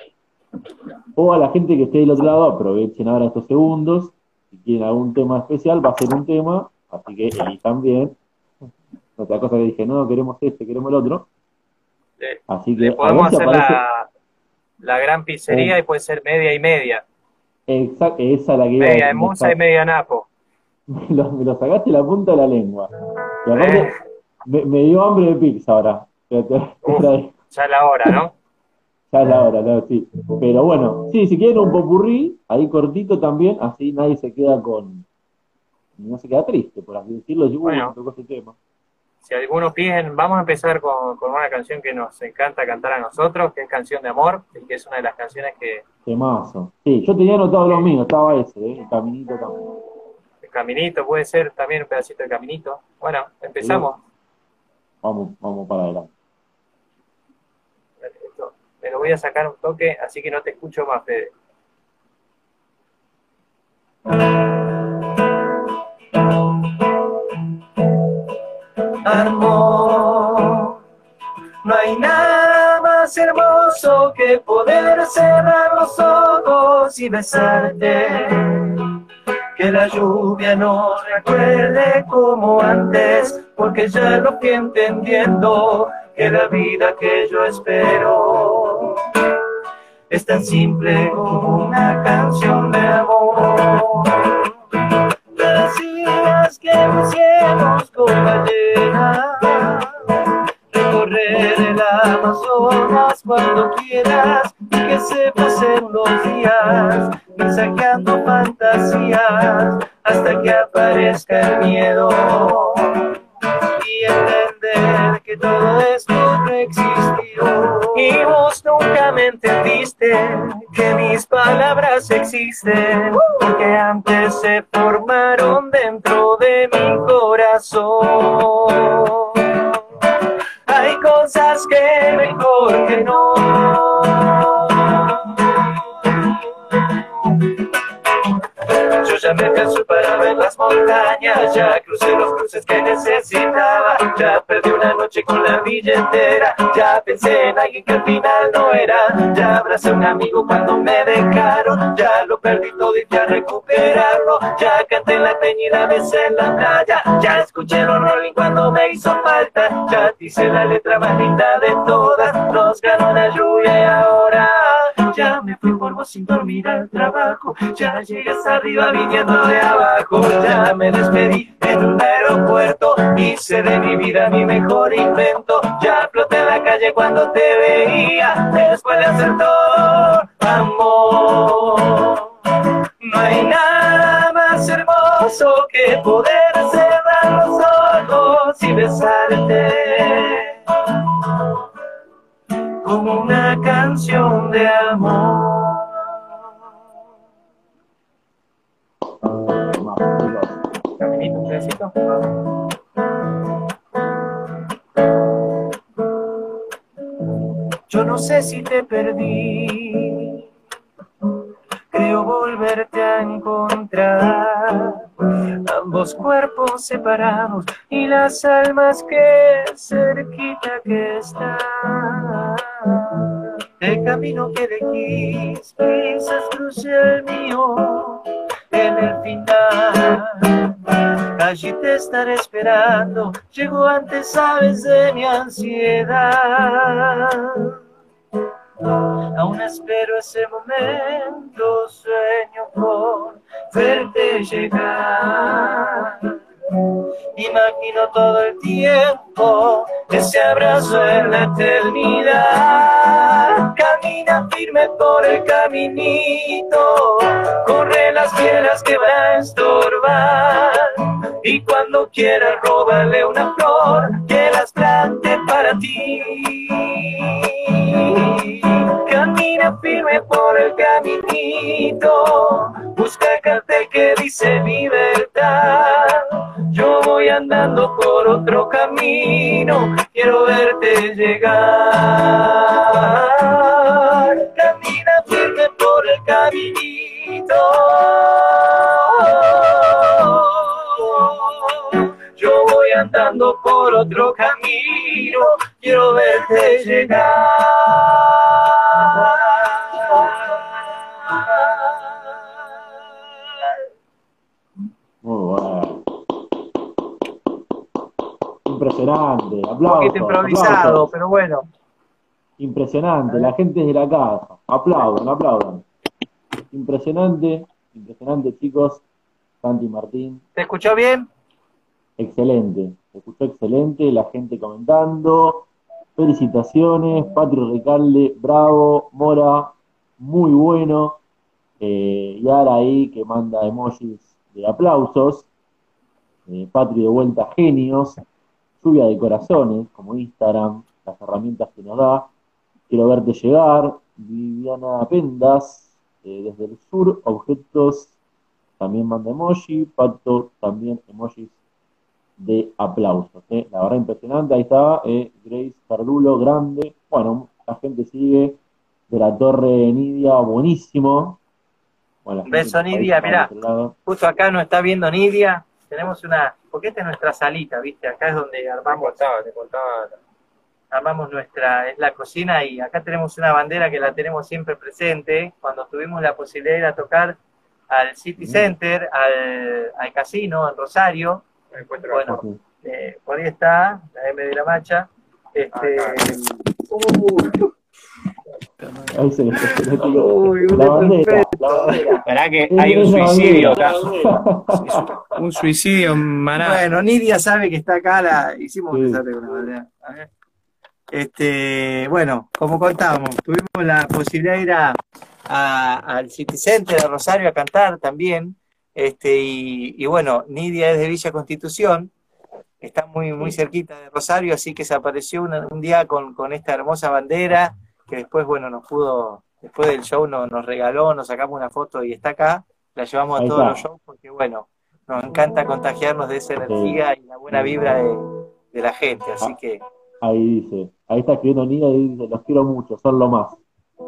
o a la gente que esté del otro lado, aprovechen ahora estos segundos, si quieren algún tema especial, va a ser un tema, así que elijan bien. Otra cosa que dije, no, queremos este, queremos el otro. Así que Le podemos hacer aparece la gran pizzería y puede ser media y media. Exacto, esa es la que iba Media de Musa y media Napo. me lo sacaste la punta de la lengua. Y aparte, me dio hambre de pizza ahora. Ya es la hora, ¿no? Ya es la hora, ¿no? Sí. Pero bueno, sí, si quieren un popurrí, ahí cortito también, así nadie se queda no se queda triste, por así decirlo. Yo, Bueno. me tocó ese tema. Si algunos piden, vamos a empezar con una canción que nos encanta cantar a nosotros, que es Canción de Amor, y que es una de las canciones que Temazo. Sí, yo tenía anotado lo mío, estaba ese, el caminito también. el Caminito puede ser también un pedacito de Caminito. Bueno, empezamos. Vamos para adelante. Esto, me lo voy a sacar un toque, así que no te escucho más, Fede. Amor, no hay nada más hermoso que poder cerrar los ojos y besarte. Que la lluvia nos recuerde como antes, porque ya lo fui entendiendo, que la vida que yo espero es tan simple como una canción de amor. Decías que me hiciéramos compañera, recorrer el Amazonas cuando quieras, y que se pasen los días mensajeando fantasías hasta que aparezca el miedo y entender que todo esto no existió. Y vos nunca me entendiste que mis palabras existen, porque antes se formaron dentro de mi corazón. Hay cosas que mejor que no. Yo ya me alcanzo para ver las montañas, ya crucé los cruces que necesitaba, Ya perdí una noche con la billetera, ya pensé en alguien que al final no era, ya abracé a un amigo cuando me dejaron, ya lo perdí todo y ya recuperarlo, ya canté en la peña y la besé en la playa, ya escuché los Rolling cuando me hizo falta, ya hice la letra más linda de todas, nos ganó la lluvia y ahora ya me fui por vos sin dormir al trabajo, ya llegué hasta arriba viniendo de abajo, ya me despedí en un aeropuerto, hice de mi vida mi mejor invento, ya floté en la calle cuando te veía, después de hacer todo, amor. No hay nada más hermoso que poder cerrar los ojos y besarte como una canción de amor. Caminito, un pedacito. Yo no sé si te perdí, creo volverte a encontrar, ambos cuerpos separados y las almas que cerquita que están. El camino que elegís quizás cruce el mío en el final. Allí te estaré esperando, llego antes, sabes, de mi ansiedad. Aún espero ese momento, sueño con verte llegar. Imagino todo el tiempo ese abrazo en la eternidad. Camina firme por el caminito, corre las piedras que van a estorbar. Y cuando quieras robarle una flor, que las plante para ti. Camina firme por el caminito, busca el cartel que dice libertad. Yo voy andando por otro camino, quiero verte llegar. Camina firme por el caminito, yo voy andando por otro camino, quiero verte llegar. Muy bueno. Impresionante, Un aplausos. poquito improvisado, aplausos. pero bueno. Impresionante, la gente es de la casa. Aplaudan, aplaudan. Impresionante, impresionante, chicos. Santi Martín, ¿Te escuchó bien? excelente. Se escuchó excelente, la gente comentando. Felicitaciones, Patri Recalde, bravo, Mora, muy bueno. Yara ahí que manda emojis de aplausos. Patri de vuelta, genios. Lluvia de corazones, como Instagram, las herramientas que nos da. Quiero verte llegar. Viviana Pendas, desde el sur, objetos, también manda emoji. Pato, también emojis de aplausos. La verdad impresionante, ahí está, Grace Cardulo, grande. Bueno, la gente sigue. De la Torre Nidia, buenísimo. Bueno, Un beso, Nidia, mirá, justo acá nos está viendo Nidia, tenemos una, porque esta es nuestra salita, ¿viste? Acá es donde armamos, armamos nuestra, es la cocina, y acá tenemos una bandera que la tenemos siempre presente. Cuando tuvimos la posibilidad de ir a tocar al City Center, al casino en Rosario, bueno, por ahí está, la M de la Macha, Ahí se Uy, la bandera, la bandera. Verá que hay un suicidio acá. un suicidio maná. Bueno, Nidia sabe que está acá, la hicimos un desastre con la bandera. A ver. Bueno, como contábamos, tuvimos la posibilidad de ir al City Center de Rosario a cantar también, y bueno, Nidia es de Villa Constitución, está muy cerquita de Rosario, así que se apareció un día con esta hermosa bandera, que después, bueno, después del show nos regaló, nos sacamos una foto y está acá, la llevamos a todos los shows porque, bueno, nos encanta contagiarnos de esa energía y la buena vibra de la gente, así que... Ahí dice, ahí está escribiendo Nidia y dice, los quiero mucho, son lo más.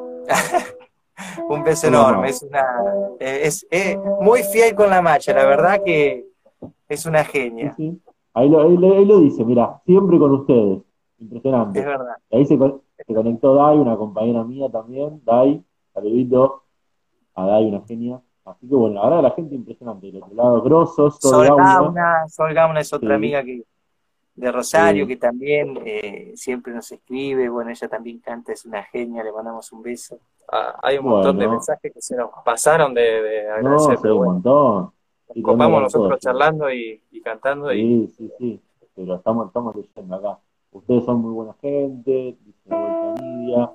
Un beso enorme, es muy fiel con la Macha, la verdad que es una genia. Sí. ahí lo dice, mira, siempre con ustedes. Es Impresionante. verdad. Y ahí se conectó Dai, una compañera mía también, Dai, saludito a Dai, una genia. Así que bueno, la verdad la gente impresionante. Del otro lado, Grosso, Sol Gauna, Sol Gauna es otra sí, amiga de Rosario sí. que también siempre nos escribe. Bueno, ella también canta, es una genia, le mandamos un beso. Hay un montón de Bueno, mensajes que se nos pasaron de no, agradecer, sí, pero un bueno, montón. nos Sí, copamos tenemos todos, nosotros sí. charlando y cantando y Sí, sí, sí, pero estamos leyendo acá. Ustedes son muy buena gente, dice de vuelta Nidia,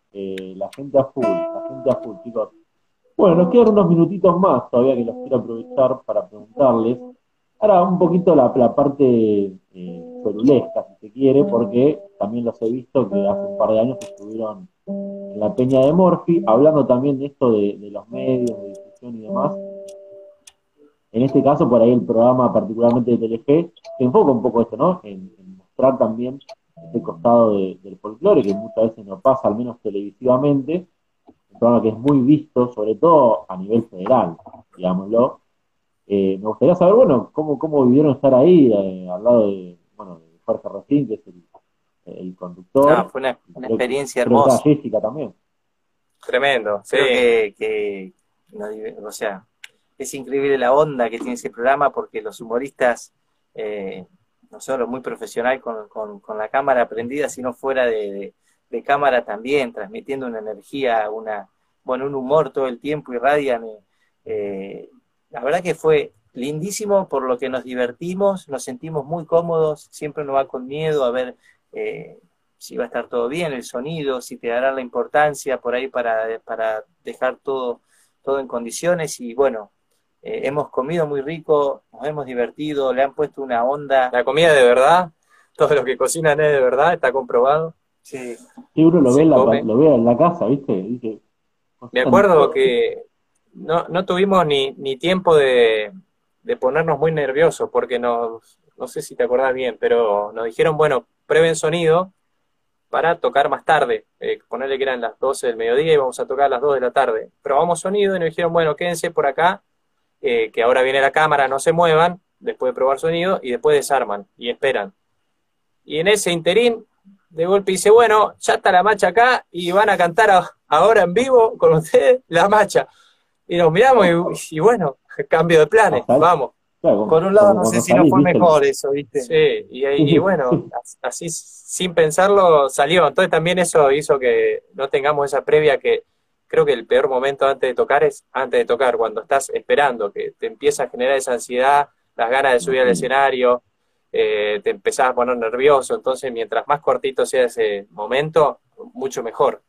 la gente a full, chicos. Bueno, nos quedan unos minutitos más todavía que los quiero aprovechar para preguntarles. Ahora un poquito la parte cholulesca, si se quiere, porque también los he visto que hace un par de años estuvieron en la Peña de Morphy, hablando también de esto de los medios, de difusión y demás. En este caso, por ahí el programa, particularmente de Telefe, se enfoca un poco esto, ¿no? En mostrar también este costado del folclore, que muchas veces no pasa, al menos televisivamente, un programa que es muy visto, sobre todo a nivel federal, digámoslo. Me gustaría saber, bueno, cómo vivieron estar ahí, al lado de, bueno, de Jorge Racín, que es el No, conductor, fue y una experiencia creo que estaba hermosa. Jessica también. tremendo, sí. Creo que o sea, es increíble la onda que tiene ese programa porque los humoristas, eh, no solo muy profesional con la cámara prendida, sino fuera de cámara también, transmitiendo una energía, un humor todo el tiempo, irradian. La verdad que fue lindísimo por lo que nos divertimos, nos sentimos muy cómodos, siempre uno va con miedo a ver eh, si va a estar todo bien, el sonido, si te darán la importancia por ahí para dejar todo en condiciones y bueno, hemos comido muy rico, nos hemos divertido, le han puesto una onda. La comida de verdad, todo lo que cocinan es de verdad, está comprobado, Sí, Sí, uno se come. lo ve en la casa, ¿viste? Dice, Me cocinan acuerdo todo. que no tuvimos ni tiempo de ponernos muy nerviosos porque no sé si te acordás bien, pero nos dijeron, bueno, prueben sonido para tocar más tarde. Ponerle que eran las 12 del mediodía y vamos a tocar a las 2 de la tarde. Probamos sonido y nos dijeron, bueno, quédense por acá, que ahora viene la cámara, no se muevan, después de probar sonido, y después desarman y esperan. Y en ese interín, de golpe dice, bueno, ya está la macha acá y van a cantar ahora en vivo con ustedes la macha. Y nos miramos y bueno, cambio de planes, Hasta, vamos. claro, por un lado como no sé cuando si no salís, fue ¿viste? mejor eso, ¿viste? Sí, y Sí, bueno, sí. así sin pensarlo salió. Entonces también eso hizo que no tengamos esa previa que creo que el peor momento antes de tocar es antes de tocar, cuando estás esperando, que te empieza a generar esa ansiedad, las ganas de subir al Imagino. escenario, te empezás a poner nervioso. Entonces mientras más cortito sea ese momento, mucho mejor.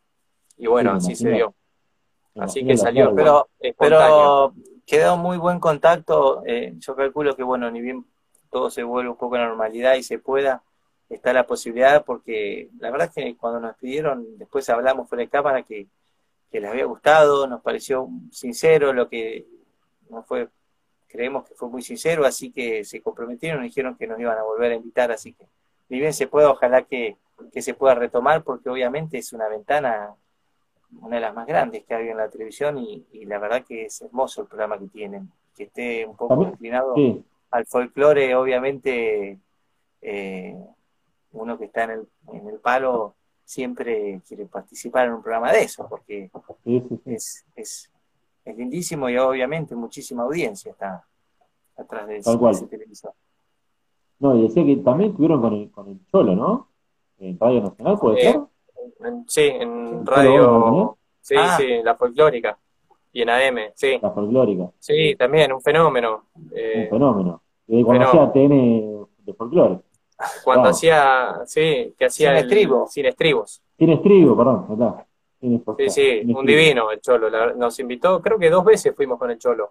Y Sí, bueno, así se dio. me Así imagino que la salió nervio. espontáneo. Pero quedó muy buen contacto. Yo calculo que, bueno, ni bien todo se vuelve un poco a la normalidad y se pueda, está la posibilidad, porque la verdad es que cuando nos pidieron, después hablamos fuera de cámara que les había gustado, nos pareció sincero lo que no fue, creemos que fue muy sincero, así que se comprometieron y dijeron que nos iban a volver a invitar, así que ni bien se pueda, ojalá que se pueda retomar, porque obviamente es una ventana, una de las más grandes que hay en la televisión y la verdad que es hermoso el programa que tienen, que esté un poco También, inclinado sí, al folclore, obviamente eh, uno que está en el palo siempre quiere participar en un programa de eso, porque sí, sí, sí, es, es, es lindísimo y obviamente muchísima audiencia está atrás tal de ese cual. televisor. No, y decía que también estuvieron con el Cholo, ¿no? En Radio Nacional, ¿puede ser? Eh, sí, en El Cholo Gómez también, radio, sí, Ah, sí, la folclórica. Y en AM, sí. la folclórica, Sí, también, un fenómeno. un fenómeno. Cuando hacía Fenómeno. TN de folclore, Cuando wow. hacía, sí, que sin hacía el estribo. Sin Estribos. Tiene estribo, perdón, acá. Tiene Sí, podcast, sí, tiene un estribo. divino el Cholo. Nos invitó, creo que 2 veces fuimos con el Cholo.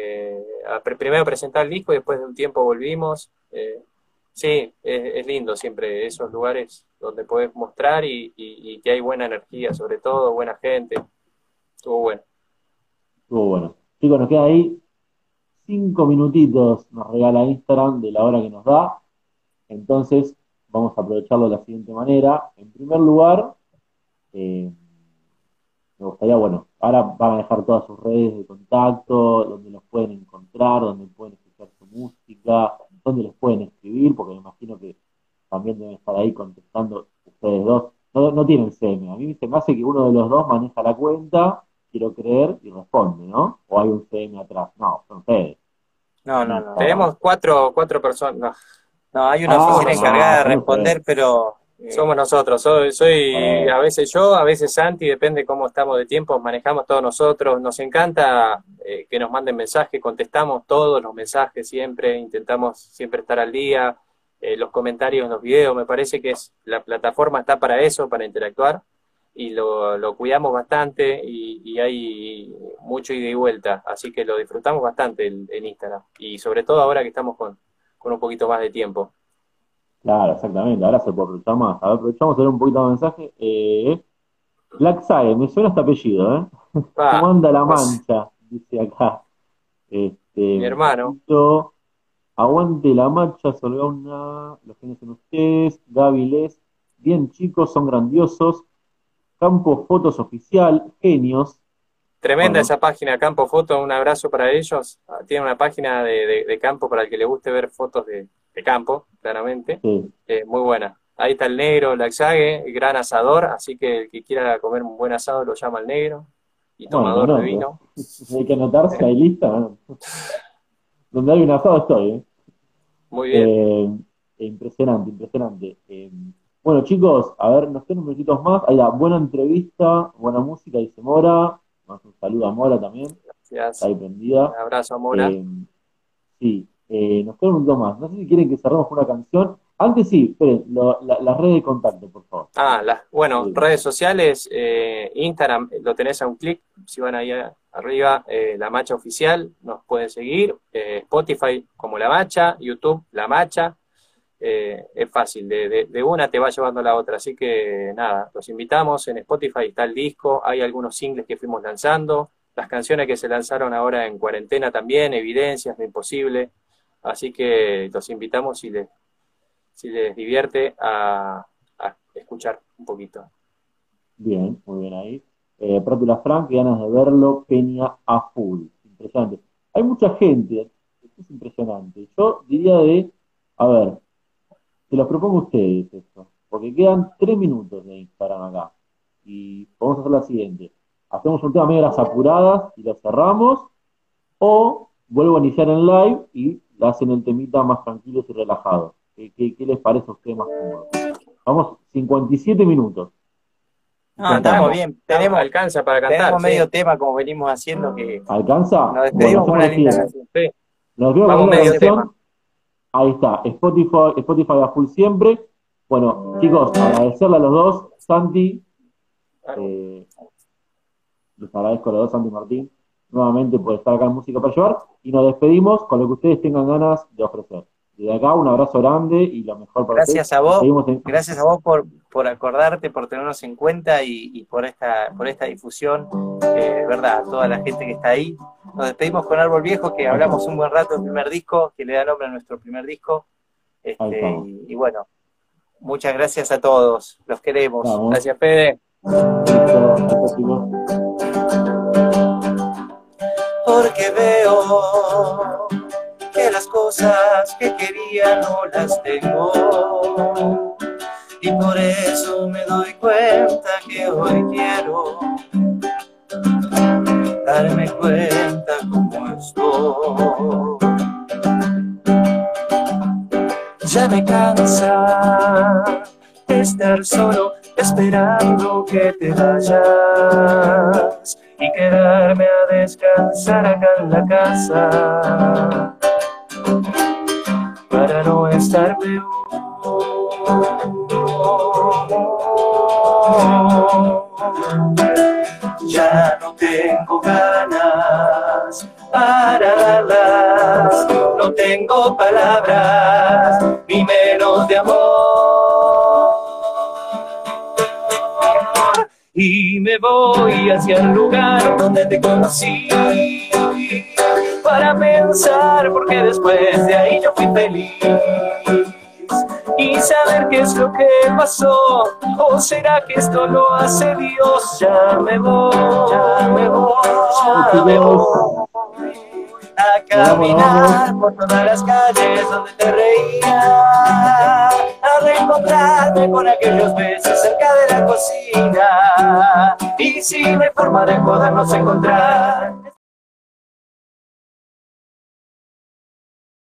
Primero a presentar el disco y después de un tiempo volvimos. Sí, es lindo siempre esos lugares donde podés mostrar y que hay buena energía, sobre todo, buena gente. Estuvo bueno. Estuvo bueno. Chicos, nos queda ahí 5 minutitos, nos regala Instagram de la hora que nos da. Entonces, vamos a aprovecharlo de la siguiente manera. En primer lugar, eh, me gustaría, bueno, ahora van a dejar todas sus redes de contacto, donde los pueden encontrar, donde pueden escuchar su música. dónde les pueden escribir, porque me imagino que también deben estar ahí contestando ustedes dos. No, no tienen CM. A mí se me hace que uno de los dos maneja la cuenta, quiero creer, y responde, ¿no? O hay un CM atrás. No, son ustedes. No. Tenemos cuatro personas. No, No, hay una oficina encargada de son responder, ustedes. pero somos nosotros. Soy a veces yo, a veces Santi, depende cómo estamos de tiempo, manejamos todos nosotros. Nos encanta que nos manden mensajes, contestamos todos los mensajes siempre, intentamos siempre estar al día. Los comentarios en los videos, me parece que la plataforma está para eso, para interactuar, y lo cuidamos bastante, y hay mucho ida y vuelta, así que lo disfrutamos bastante en Instagram, y sobre todo ahora que estamos con un poquito más de tiempo. Claro, exactamente. Ahora se puede aprovechar más. A ver, aprovechamos a leer un poquito de mensaje. Black Side, me suena este apellido, ¿eh? ¿Cómo anda la Pues, mancha? Dice acá. mi hermano. Aguante la marcha, Solgauna, los genios son ustedes, Gaby Les, bien chicos, son grandiosos, Campo Fotos Oficial, genios. Tremenda Bueno, esa página, Campo Foto, un abrazo para ellos. Tiene una página de campo para el que le guste ver fotos de campo, claramente. sí. Muy buena. Ahí está el negro, Laxague, gran asador, así que el que quiera comer un buen asado lo llama el negro, y Bueno, tomador de no, vino. hay que anotarse, hay lista, ¿no? Donde hay un asado estoy, ¿eh? Muy bien. Impresionante, impresionante. Bueno, chicos, a ver, nos quedan unos minutitos más. Ahí la buena entrevista, buena música, dice Mora. Más un saludo a Mora también, está Gracias. ahí Un prendida. abrazo, Mora. Sí, nos quedan unos minutos más. No sé si quieren que cerremos con una canción. Antes sí, esperen, las redes de contacto, por favor. Bueno, Sí. redes sociales, Instagram, lo tenés a un clic, si van ahí arriba, La Macha Oficial, nos pueden seguir, Spotify como La Macha, YouTube La Macha, es fácil, de una te va llevando a la otra, así que nada, los invitamos, en Spotify está el disco, hay algunos singles que fuimos lanzando, las canciones que se lanzaron ahora en cuarentena también, Evidencias, Lo Imposible, así que los invitamos si les divierte a escuchar un poquito. Bien, muy bien ahí. Prátula Frank, qué ganas de verlo, Peña a full. Impresionante. Hay mucha gente, esto es impresionante. Yo diría a ver, se los propongo a ustedes esto, porque quedan 3 minutos de Instagram acá. Y vamos a hacer la siguiente. Hacemos un tema medio de las apuradas y lo cerramos, o vuelvo a iniciar en live y le hacen el temita más tranquilos y relajados. ¿Qué les parece a ustedes más cómodo? Vamos, 57 minutos. no, estamos bien. Alcanza para cantar. Tenemos medio Sí. tema como venimos haciendo que ¿Alcanza? nos despedimos con Bueno, una hacemos linda así. canción. Sí. Nos vemos Vamos con una medio canción. tema. Ahí está, Spotify a full siempre. Bueno, chicos, agradecerle a los dos, Santi, les agradezco a los dos, Santi y Martín, nuevamente por estar acá en Música para Llevar, y nos despedimos con lo que ustedes tengan ganas de ofrecer. Desde acá, un abrazo grande y lo mejor para Gracias ustedes. a vos, Seguimos en... gracias a vos por acordarte, por tenernos en cuenta y por esta difusión, verdad, a toda la gente que está ahí. Nos despedimos con Árbol Viejo, que hablamos un buen rato del primer disco, que le da nombre a nuestro primer disco. Ahí estamos. Y bueno, muchas gracias a todos, los queremos. Vamos. Gracias, Fede. Listo, chicos. Porque veo que las cosas que quería no las tengo, y por eso me doy cuenta que hoy quiero darme cuenta cómo estoy. Ya me cansa estar solo esperando que te vayas y quedarme a descansar acá en la casa para no estar peor. Ya no tengo ganas para darlas, no tengo palabras, ni menos de amor. Y me voy hacia el lugar donde te conocí, para pensar, porque después de ahí yo fui feliz, y saber qué es lo que pasó, o será que esto lo hace Dios. Ya me voy, ya me voy, ya me voy. a caminar por todas las calles donde te reía, a reencontrarme con aquellos besos cerca de la cocina. Y si no hay forma de podernos encontrar,